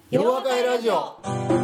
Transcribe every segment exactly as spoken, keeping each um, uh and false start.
よわかいラジオ。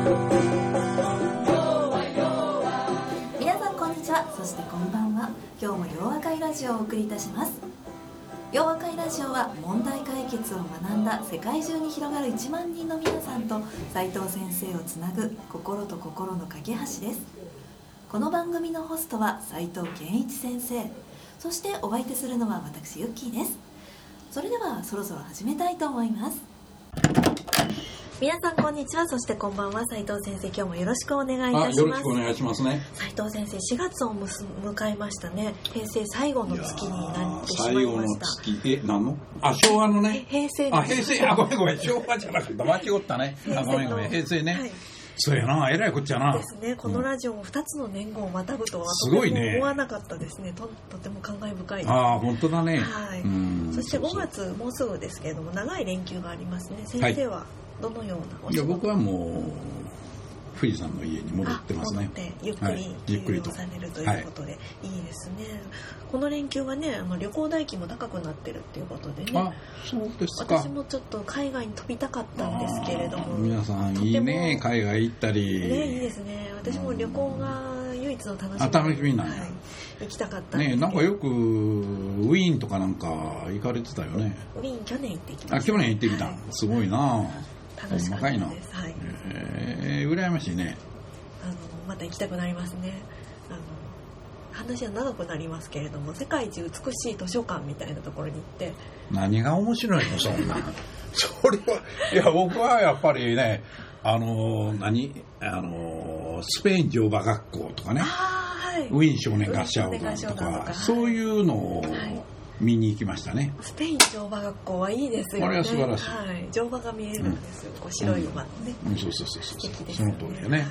皆さんこんにちは、そしてこんばんは。今日もよわかいラジオをお送りいたします。よわかいラジオは問題解決を学んだ世界中に広がるいちまんにんの皆さんと斉藤先生をつなぐ心と心の架け橋です。この番組のホストは斉藤健一先生、そしてお相手するのは私ユッキーです。それではそろそろ始めたいと思います。皆さんこんにちは、そしてこんばんは。斉藤先生、今日もよろしくお願いいたします。 よろしくお願いしますね。 斉藤先生、しがつを迎えましたね。平成最後の月になってしまいました。 最後の月、え、何の？あ、昭和のね。 平成あ、平成、あ、ごめんごめん、昭和じゃなくて間違ったね。あ、ごめんごめん、平成ね。はい、そうやな、えらいこっちゃな。 ですね。このラジオもふたつの年号をまたぐとはすごいね。 思わなかったですね。と、とても感慨深いです。 ああ、本当だね。 はい。うん、そしてごがつもうすぐですけれども、長い連休がありますね。先生は、はい、どのようなお仕事？いや、 僕はもう富士山の家に戻ってますね。 戻ってゆっくり休養されるということで、はい、いいですね。この連休はね、あの旅行代金も高くなってるっていうことでね。 あ、そうですか。 私もちょっと海外に飛びたかったんですけれども、 皆さんいいね、海外行ったりね、いいですね。私も旅行が唯一の楽しみ、 あ、楽しみなんだ、はい、 行きたかったんですけど、 ね、なんかよくウィーンとかなんか行かれてたよね。 ウィーン去年行ってきました。 あ、去年行ってきた、はい、すごいな。 楽しかったです。はい。 えー、羨ましいね。 あのまた行きたくなりますね。あの話は長くなりますけれども、世界一美しい図書館みたいなところに行って。 何が面白いのそんな。それはいや僕はやっぱりね、あの何あのスペイン乗馬学校とかね、 はい、 ウィーン少年合唱団とか、はい、そういうのを、はい見に行きましたね。 スペイン乗馬学校はいいですよね。 あれは素晴らしい。 はい、乗馬が見えるんですよ。うん、こう白い馬のね。 うん、そうそうそうそう。素敵ですよね。その通りだね。はい。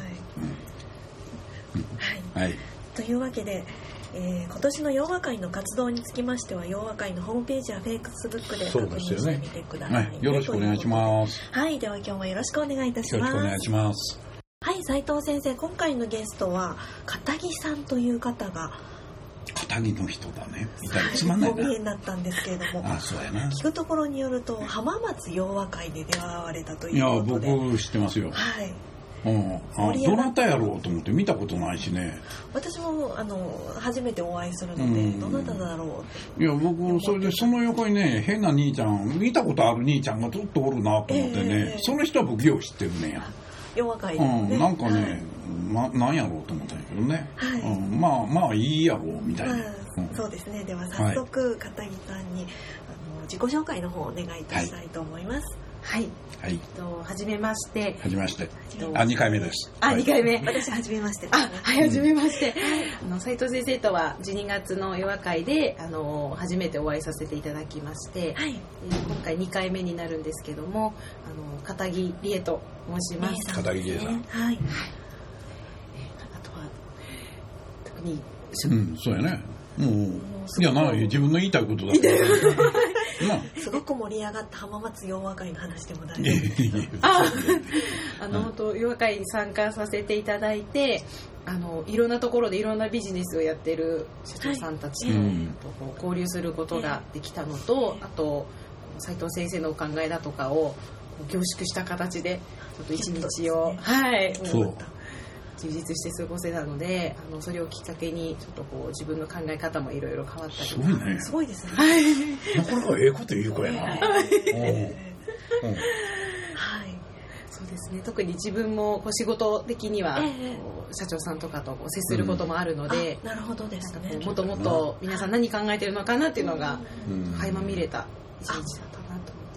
うん、はい。というわけで、えー、今年の洋和会の活動につきましては、洋和会のホームページやフェイクスブックで確認してみてください、ね。 はい。よろしくお願いします。 はい。では今日もよろしくお願いいたします。 よろしくお願いします。 はい、斉藤先生、今回のゲストは片木さんという方が。 片木の人だね。みたいなつまんないな。 お見えになったんですけれども、 あ、そうやな。 聞くところによると浜松洋和会で出会われたということで。 いや、僕知ってますよ。 はい。 うん、あどなたやろうと思って見たことないしね。 私もあの初めてお会いするので、うん、どなただろう。 いや僕それでその横にね変な兄ちゃん見たことある兄ちゃんがずっとおるなと思ってね、えー、その人は僕よう知ってるねや。 洋和会で、 ね、うん、なんかね、はいま、なんやろうと思ったんやけどね、はいうん、まあまあいいやろうみたいな、まあうん、そうですね。では早速、はい、片木さんにあの自己紹介の方をお願いいたしたいと思います。 はい、はいえっと、はじめましてはじめまして、あ、にかいめです。 あ、 はい、 にかいめ私はじめまして、ね、 あ、はい、はじめまして、うん、あの斉藤先生とはじゅうにがつの洋和会であの初めてお会いさせていただきまして、はい、今回にかいめになるんですけども、あの片木理恵と申します。 片木理恵さん、はい、はい、 あとは特にうん、そうやね。もういやな自分の言いたいことだからすごく盛り上がった浜松洋和会の話でも大丈夫ですか？ ああの本当洋和会に参加させていただいて、あのいろんなところでいろんなビジネスをやってる社長さんたちと、はい、交流することができたのと、あと斉藤先生のお考えだとかを凝縮した形でちょっと一日を、ね、はいそう充実して過ごせたので、あのそれをきっかけにちょっとこう自分の考え方もいろいろ変わったり。 すごいね。 すごいですね。 はい。 なかなかええこと言う子やな。はい。 そうですね。特に自分もこう仕事的には、えー、社長さんとかとこう接することもあるので、 うん、なるほどですね。 もっともっと皆さん何考えてるのかなっていうのが垣間見れた一日だったなと思った。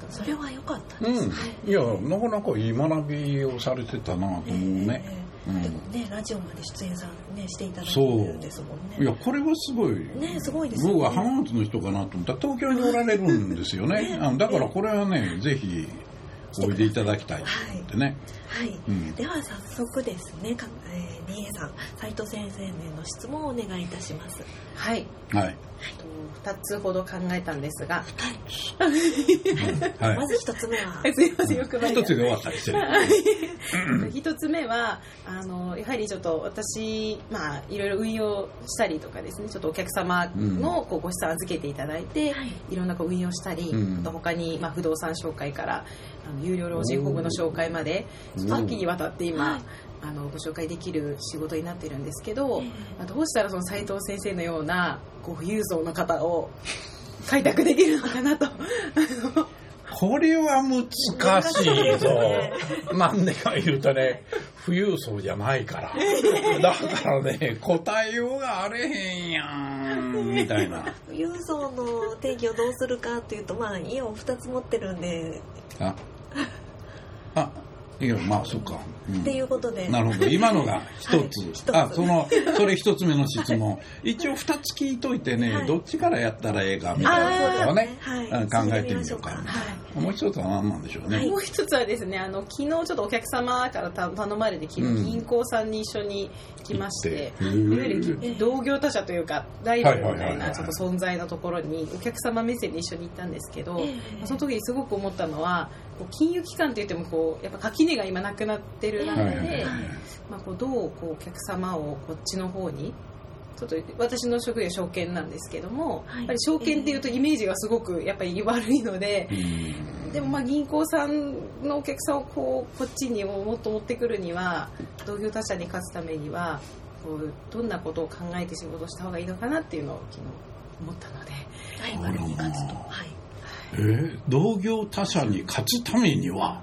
それは良かったです、ね。 うん。いやなかなかいい学びをされてたなと思うね。えーうん、でもね、ラジオまで出演さん、ね、していただいてるんですもんね。 いやこれはすごい、 ね、すごいですね。 僕は浜松の人かなと思ったら東京におられるんですよね。ねだからこれはね、ぜひおいでいただきたいと思ってね。 はい、はいうん、では早速ですね、えー、理恵さん、斉藤先生への質問をお願いいたします。 はい、 はい、 ふたつほど考えたんですが、 はい、まずひとつめはすいません、よくひとつで終わったりしてるひとつめはあのやはりちょっと私、まあ、いろいろ運用したりとかですね、ちょっとお客様のこうご資産預けていただいて、うん、いろんなこう運用したり、うん、あと他に、まあ、不動産紹介からあの有料老人ホームの紹介まで多岐にわたって今、あのご紹介できる仕事になっているんですけど、えー、どうしたらその斉藤先生のようなこう富裕層の方を開拓できるのかなとこれは難しいぞ。なんでか言うとね、富裕層じゃないから。だからね、答えようがあれへんやんみたいな。 富裕層の定義をどうするかっていうと、まあ家をふたつ持ってるんで。 あ、あ、いや、まあそうか。 うん、っていうことで。 なるほど。今のが一つ。はい、あ、そのそれ一つ目の質問。一応二つ聞いといてね、はい、どっちからやったらええかみたいなことをね、はい、考えてみようか。はい、もう一つは何なんでしょうね。 はい、もう一つはですね、あの昨日ちょっとお客様から頼まれて昨日銀行さんに一緒に来まして、うん、いわゆる同業他社というかライバルみたいなちょっと存在のところにお客様目線で一緒に行ったんですけど、その時にすごく思ったのは、金融機関って言ってもこうやっぱ垣根が今なくなってる中で、まあ、こうどうこうお客様をこっちの方にちょっと私の職業証券なんですけども、やっぱり証券っていうとイメージがすごくやっぱり悪いので、でもまあ銀行さんのお客さんをこうこっちにもっと持ってくるには、同業他社に勝つためにはこうどんなことを考えて仕事をした方がいいのかなっていうのを昨日思ったので、 ライバルに勝つと、はい、 えー、同業他社に勝つためには、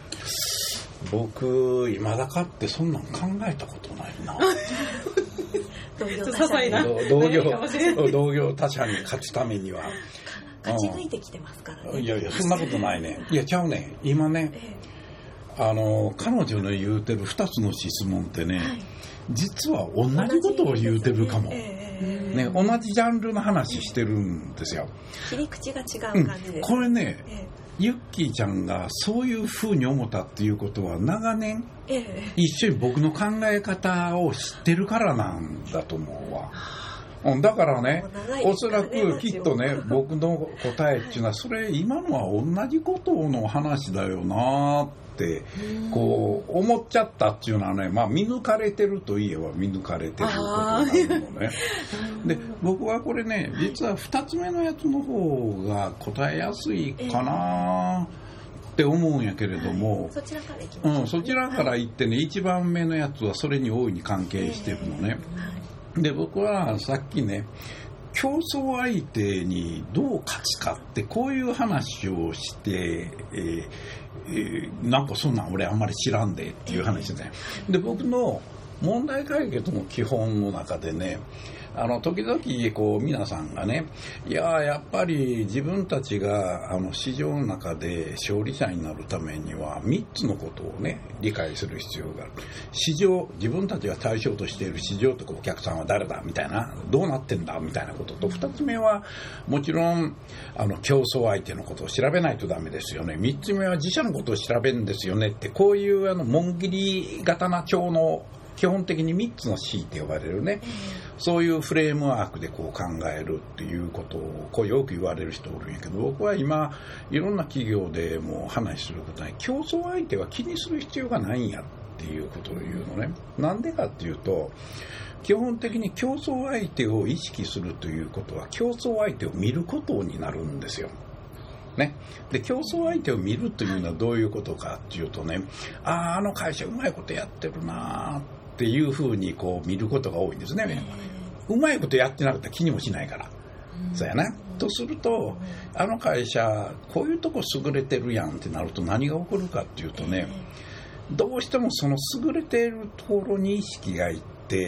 僕今だかってそんなん考えたことないな。 同業他社に同業同業他社に勝つためには勝ち抜いてきてますからね。 いやいや、そんなことないね。いや、ちゃうね、今ね、えー、あの彼女の言うてるふたつの質問ってね、はい、実は同じことを言うてるかも、えーね、同じジャンルの話してるんですよ。 切り口が違う感じです、 うん、これね、えーユッキーちゃんがそういうふうに思ったっていうことは、長年一緒に僕の考え方を知ってるからなんだと思うわ。だからね、おそらくきっとね、僕の答えっていうのは、それ今のは同じことの話だよなってこう思っちゃったっていうのはね、まあ見抜かれてるといえば見抜かれてることなのね。で、僕はこれね、実はふたつめのやつの方が答えやすいかなって思うんやけれども、 はい、そちらからいきます、ね、 うん、そちらから言ってね、いちばんめのやつはそれに大いに関係してるのね。で、僕はさっきね、競争相手にどう勝つかってこういう話をして、えーえー、なんかそんなん俺あんまり知らんでっていう話で、ね、で僕の問題解決の基本の中でね、あの時々こう皆さんがね、いややっぱり自分たちがあの市場の中で勝利者になるためにはみっつのことをね理解する必要がある。市場、自分たちが対象としている市場とかお客さんは誰だみたいな、どうなってんだみたいなことと、ふたつめはもちろんあの競争相手のことを調べないとダメですよね。みっつめは自社のことを調べるんですよねって、こういうあの紋切り刀帳の基本的にみっつの C って呼ばれるね、そういうフレームワークでこう考えるっていうことをこうよく言われる人おるんやけど、僕は今いろんな企業でも話することは、競争相手は気にする必要がないんやっていうことを言うのね。なんでかっていうと、基本的に競争相手を意識するということは競争相手を見ることになるんですよね。で、競争相手を見るというのはどういうことかっていうとね、ああ、あの会社うまいことやってるなっていうふうにこう見ることが多いんですね。うまいことやってなかったら気にもしないから、うん、そうやな。とすると、あの会社こういうとこ優れてるやんってなると何が起こるかっていうとね、どうしてもその優れているところに意識がいって、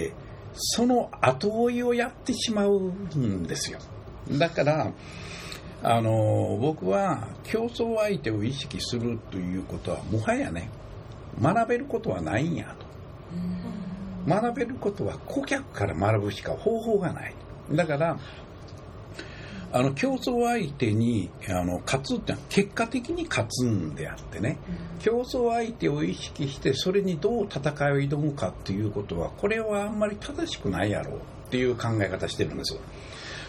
その後追いをやってしまうんですよ。だからあの僕は競争相手を意識するということはもはやね、学べることはないんやと。学べることは顧客から学ぶしか方法がない。だからあの競争相手にあの勝つってのは結果的に勝つんであってね、うん、競争相手を意識してそれにどう戦いを挑むかっていうことは、これはあんまり正しくないやろうっていう考え方してるんですよ。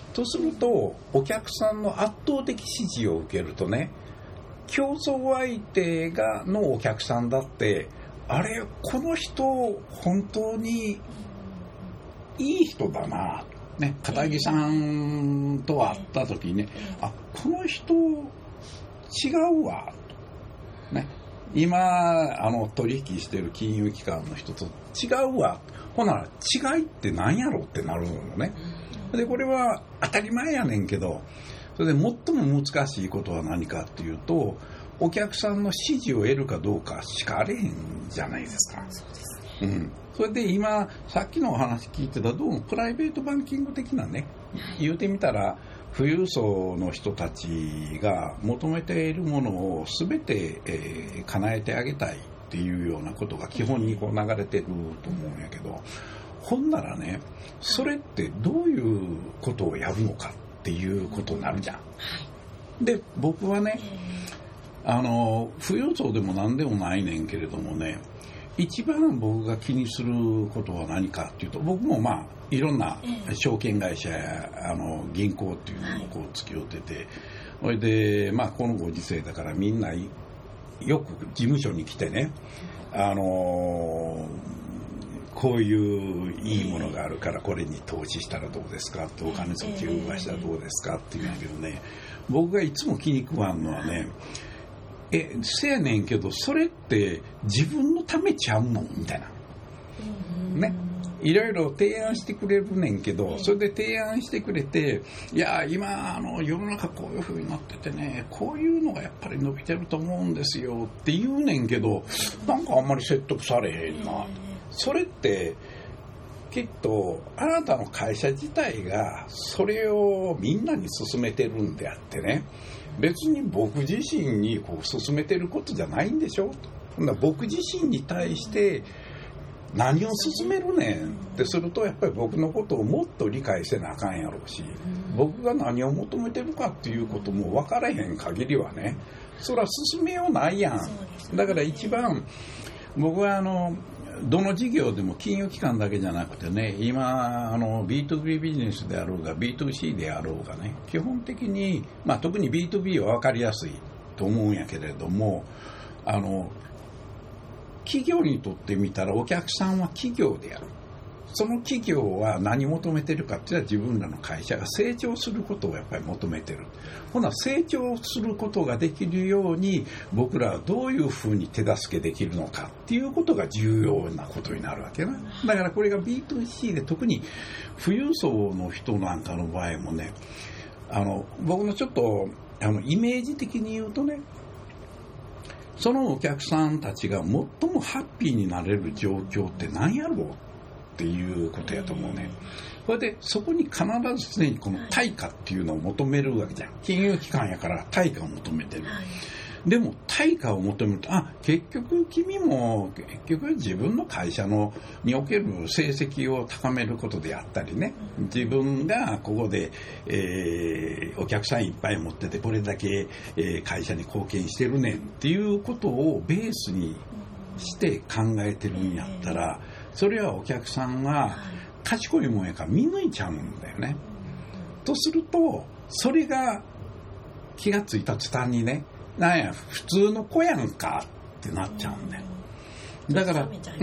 とするとお客さんの圧倒的支持を受けるとね、競争相手がのお客さんだってあれこの人本当にいい人だな、ね、片木さんと会った時にね、あこの人違うわ、ね、今あの取引してる金融機関の人と違うわ、ほなら違いって何やろってなるのね。でこれは当たり前やねんけど、それで最も難しいことは何かっていうと、お客さんの支持を得るかどうかしかあれへんじゃないですか。 そうですね。 うん、それで今さっきのお話聞いてたどうもプライベートバンキング的なね、言うてみたら富裕層の人たちが求めているものを全て、えー、叶えてあげたいっていうようなことが基本にこう流れてると思うんやけど、ほんならね、それってどういうことをやるのかっていうことになるじゃん。で僕はね、あの富裕層でも何でもないねんけれどもね、一番僕が気にすることは何かっていうと、僕もまあいろんな証券会社やあの銀行っていうのをこう付き合ってて、それでまあこのご時世だからみんなよく事務所に来てね、あのこういういいものがあるからこれに投資したらどうですかって、お金そっち動かしたらどうですかって言うんだけどね、僕がいつも気に食わんのはね、えせやねんけどそれって自分のためちゃうのみたいなね、いろいろ提案してくれるねんけど、それで提案してくれて、いや今あの世の中こういう風になっててね、こういうのがやっぱり伸びてると思うんですよって言うねんけど、なんかあんまり説得されへんな。それってきっとあなたの会社自体がそれをみんなに勧めてるんであってね、別に僕自身にこう勧めてることじゃないんでしょ。僕自身に対して何を勧めるねんってすると、やっぱり僕のことをもっと理解せなあかんやろうし、僕が何を求めてるかっていうことも分からへん限りはね、それは進めようないやん。だから一番僕はあのどの事業でも金融機関だけじゃなくてね、今あの ビーツービー ビジネスであろうが ビーツーシー であろうがね、基本的に、まあ、特に ビーツービー は分かりやすいと思うんやけれども、あの企業にとってみたらお客さんは企業である。その企業は何を求めてるかっていうのは、自分らの会社が成長することをやっぱり求めてる。ほな成長することができるように僕らはどういうふうに手助けできるのかっていうことが重要なことになるわけな。だからこれが ビーツーシー で特に富裕層の人なんかの場合もね、あの僕のちょっとあのイメージ的に言うとね、そのお客さんたちが最もハッピーになれる状況って何やろうっていうことやと思うね。それでそこに必ず常にこの対価っていうのを求めるわけじゃん。金融機関やから対価を求めてる。でも対価を求めると、あ、結局君も結局自分の会社のにおける成績を高めることであったりね、自分がここで、えー、お客さんいっぱい持っててこれだけ、えー、会社に貢献してるねんっていうことをベースにして考えてるんやったら、それはお客さんは賢いもんやから見抜いちゃうんだよね。とするとそれが気がついた途端にね、なんや普通の子やんかってなっちゃうんだよ。だから、うん、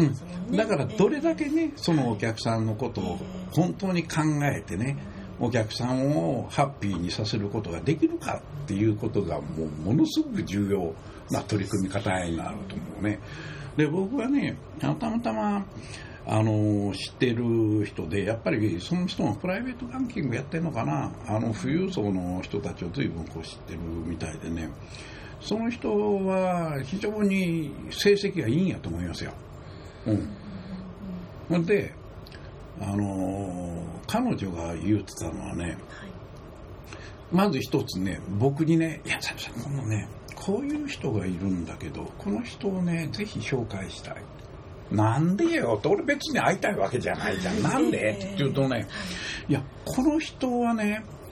だからどれだけね、そのお客さんのことを本当に考えてね、お客さんをハッピーにさせることができるかっていうことがもうものすごく重要な取り組み方になると思うね。で僕はね、たまたまあの知ってる人で、やっぱりその人もプライベートバンキングやってるのかな、あの富裕層の人たちを随分こう知ってるみたいでね、その人は非常に成績がいいんやと思いますよ。うん。で、あの彼女が言ってたのはね、はい、まず一つね、僕にね、いや、さんこのね、こういう人がいるんだけど、この人をね、ぜひ紹介したい。なんでよって、俺別に会いたいわけじゃないじゃん。なんでって言うとね、いや、この人はね、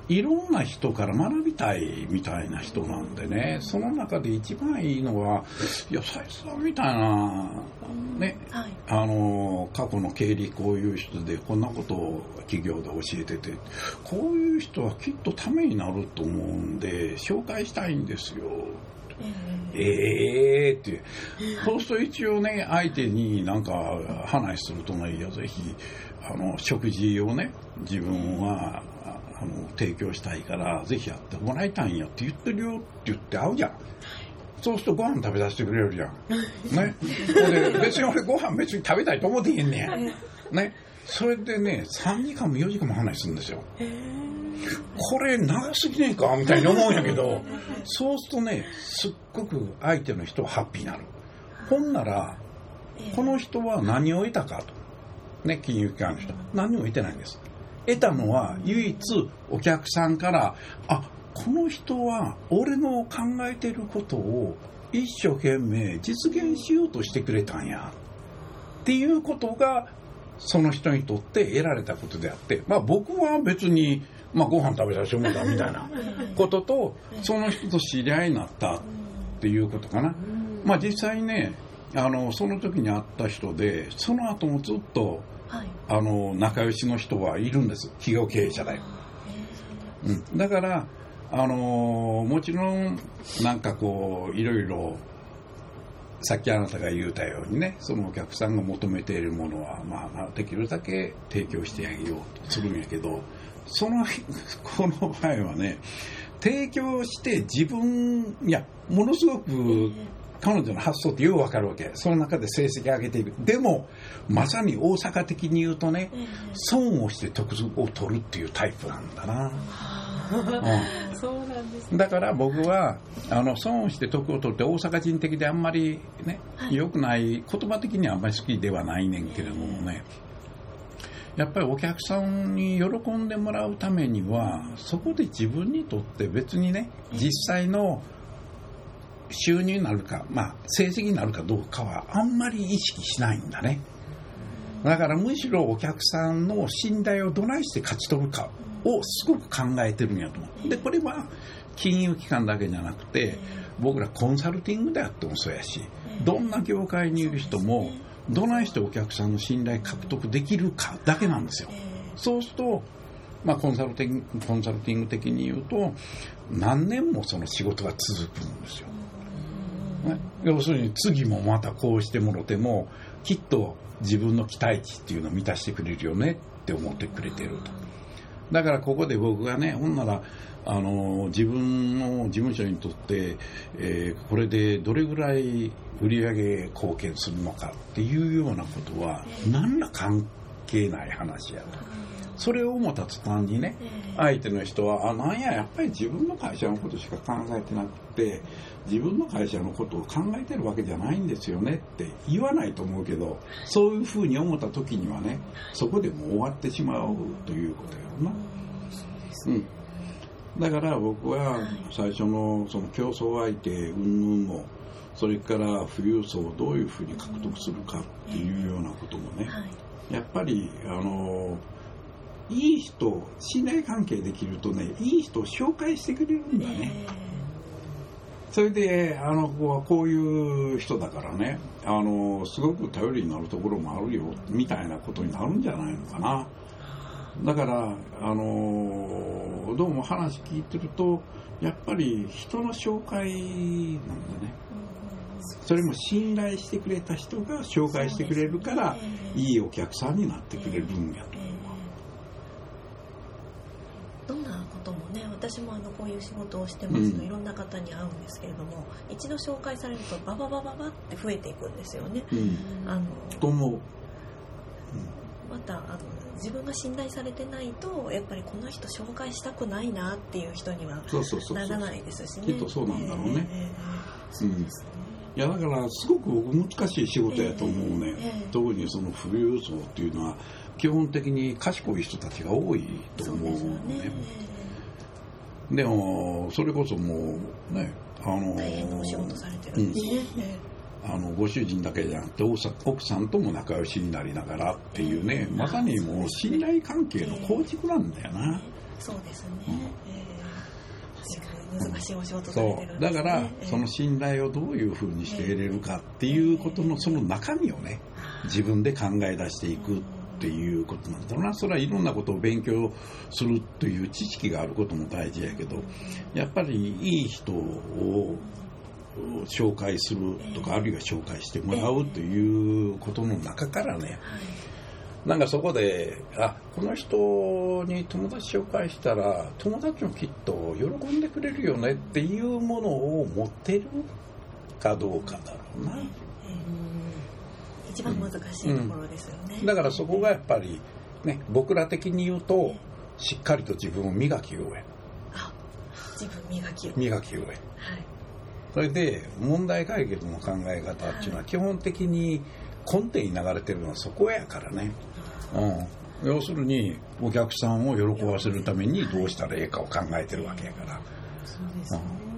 いろんな人から学びたいみたいな人なんでね、その中で一番いいのは、いや、斉藤さんみたいな、ね、はい、あの、過去の経理こういう人で、こんなことを企業で教えてて、こういう人はきっとためになると思うんで、紹介したいんですよ。えー、えーって。そうすると一応ね、相手になんか話するとね、いや、ぜひ、あの、食事をね、自分は、あの提供したいからぜひやってもらいたいんやって言ってるよって言って会うじゃん。そうするとご飯食べさせてくれるじゃん。ね。で別に俺ご飯別に食べたいと思ってへんねん。ね。それでねさんじかんもよじかんも話するんですよ。これ長すぎねえかみたいに思うんやけど、そうするとねすっごく相手の人はハッピーになる。ほんならこの人は何を得たかと。ね、金融機関の人何も得てないんです。得たのは唯一お客さんからあこの人は俺の考えていることを一生懸命実現しようとしてくれたんやっていうことがその人にとって得られたことであって、まあ僕は別に、まあ、ご飯食べさせてもらったみたいなこととその人と知り合いになったっていうことかな。まあ実際ねあのその時に会った人でその後もずっとはい、あの仲良しの人はいるんです。企業経営者だよ、うん、だからあのもちろんなんかこういろいろさっきあなたが言うたようにねそのお客さんが求めているものは、まあ、できるだけ提供してあげようとするんやけどそのこの場合はね提供して自分いやものすごく彼女の発想ってよくわかるわけ。その中で成績上げていく。でもまさに大阪的に言うとね、損をして得を取るっていうタイプなんだな、 うん、そうなんですね。 だから僕はあの損をして得を取って大阪人的であんまりね、はい、良くない言葉的にはあんまり好きではないねんけれどもね、やっぱりお客さんに喜んでもらうためにはそこで自分にとって別にね実際の収入になるか、まあ、成績になるかどうかはあんまり意識しないんだね。だからむしろお客さんの信頼をどないして勝ち取るかをすごく考えてるんやと思う。でこれは金融機関だけじゃなくて僕らコンサルティングであってもそうやしどんな業界にいる人もどないしてお客さんの信頼獲得できるかだけなんですよ。そうすると、まあ、コンサルティング、コンサルティング的に言うと何年もその仕事が続くんですよ。要するに次もまたこうしてもろてもきっと自分の期待値っていうのを満たしてくれるよねって思ってくれてると。だからここで僕がねほんならあの自分の事務所にとって、えー、これでどれぐらい売上貢献するのかっていうようなことは何ら関係ない話やと。それを思った途端にね相手の人はあなんややっぱり自分の会社のことしか考えてなくて自分の会社のことを考えてるわけじゃないんですよねって言わないと思うけどそういうふうに思った時にはねそこでもう終わってしまうということやろな、うん、だから僕は最初のその競争相手云々もそれから富裕層をどういうふうに獲得するかっていうようなこともねやっぱりあのいい人信頼関係できるとねいい人を紹介してくれるんだね。それであの子はこういう人だからねあのすごく頼りになるところもあるよみたいなことになるんじゃないのかな。だからあのどうも話聞いてるとやっぱり人の紹介なんだね。それも信頼してくれた人が紹介してくれるからいいお客さんになってくれるんやと。 どんなこともね私もあのこういう仕事をしてますと、うん、いろんな方に会うんですけれども一度紹介されるとバババババって増えていくんですよね、うん、あのと思う、うん、 またあの自分が信頼されてないとやっぱりこの人紹介したくないなっていう人にはならないですしね。 きっとそうなんだろうね、えーえー、そうですね、うん、いやだからすごく僕難しい仕事やと思うね、えーえー、特にその富裕層っていうのは基本的に賢い人たちが多いと思うのね。でもそれこそもうねあの大変なお仕事されてるんですね、 うん、あのご主人だけじゃなくて奥さんとも仲良しになりながらっていうねまさにもう信頼関係の構築なんだよな。 そうですね、うんえー、難しいお仕事されてるんですね。そうだから、 えー、 その信頼をどういうふうにして得れるかっていうことのその中身をね自分で考え出していくっていうことなんだろうな。それはいろんなことを勉強するという知識があることも大事やけど、やっぱりいい人を紹介するとか、あるいは紹介してもらうということの中からね、なんかそこで、あ、この人に友達紹介したら友達もきっと喜んでくれるよねっていうものを持ってるかどうかだろうな。 一番難しいところですよね、 うん、だからそこがやっぱりね、僕ら的に言うとしっかりと自分を磨きようや。 あ、自分磨きよう磨きようや。はい。それで問題解決の考え方っていうのは基本的に根底に流れてるのはそこやからね。うん。要するにお客さんを喜ばせるためにどうしたらいいかを考えてるわけやから。 そうですね。うん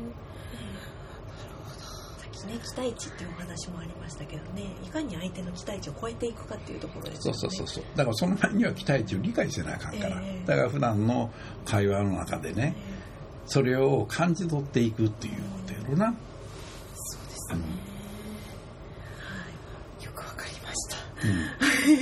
ね、期待値っていうお話もありましたけどね、いかに相手の期待値を超えていくかっていうところですよね。 そうそうそう。だからその前には期待値を理解せなあかんから、えー、だから普段の会話の中でね、えー、それを感じ取っていくっていうことやろな。 そうですね、うん、よくわかりました、 うん、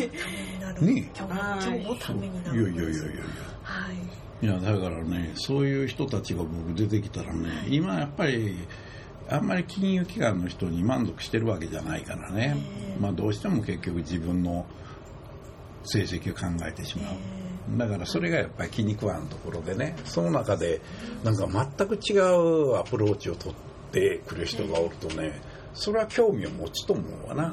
ためになる、ね、今日も、今日もためになる。 いやいやいやいやいや、はい、いやだからね、そういう人たちが僕出てきたらね、今やっぱりあんまり金融機関の人に満足してるわけじゃないからね、まあ、どうしても結局自分の成績を考えてしまう。だからそれがやっぱり気に食わんところでね、その中でなんか全く違うアプローチを取ってくる人がおるとね、それは興味を持つと思うわな。 なる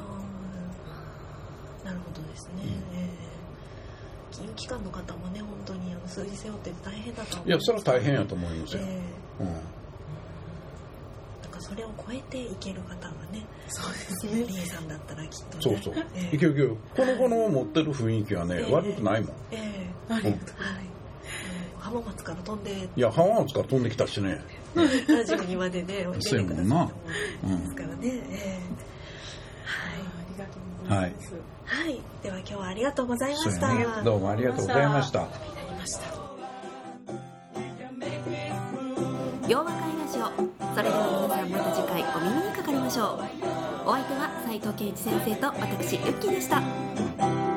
ほどですね、うん、金融機関の方もね、本当にあの数字背負って大変だと思うんです。 いや、それは大変やと思いますよ、えーうん、 それを超えていける方はね、 そうですね、 リエさんだったらきっとね、 そうそう、えー、いけるいける。この子の持ってる雰囲気はね、えー、悪くないもん。 ええー、ありがとうございます、はい、浜松から飛んで、 いや浜松から飛んできたしね、 ラジオにまでねそうやもんな、 ですからね、えー、はい、 ありがとうございます、 はい、はい、では今日はありがとうございました、 ね、どうもありがとうございました。 洋和会ラジオ、それでは皆さんまた次回お耳にかかりましょう。お相手は斉藤圭一先生と私ユッキーでした。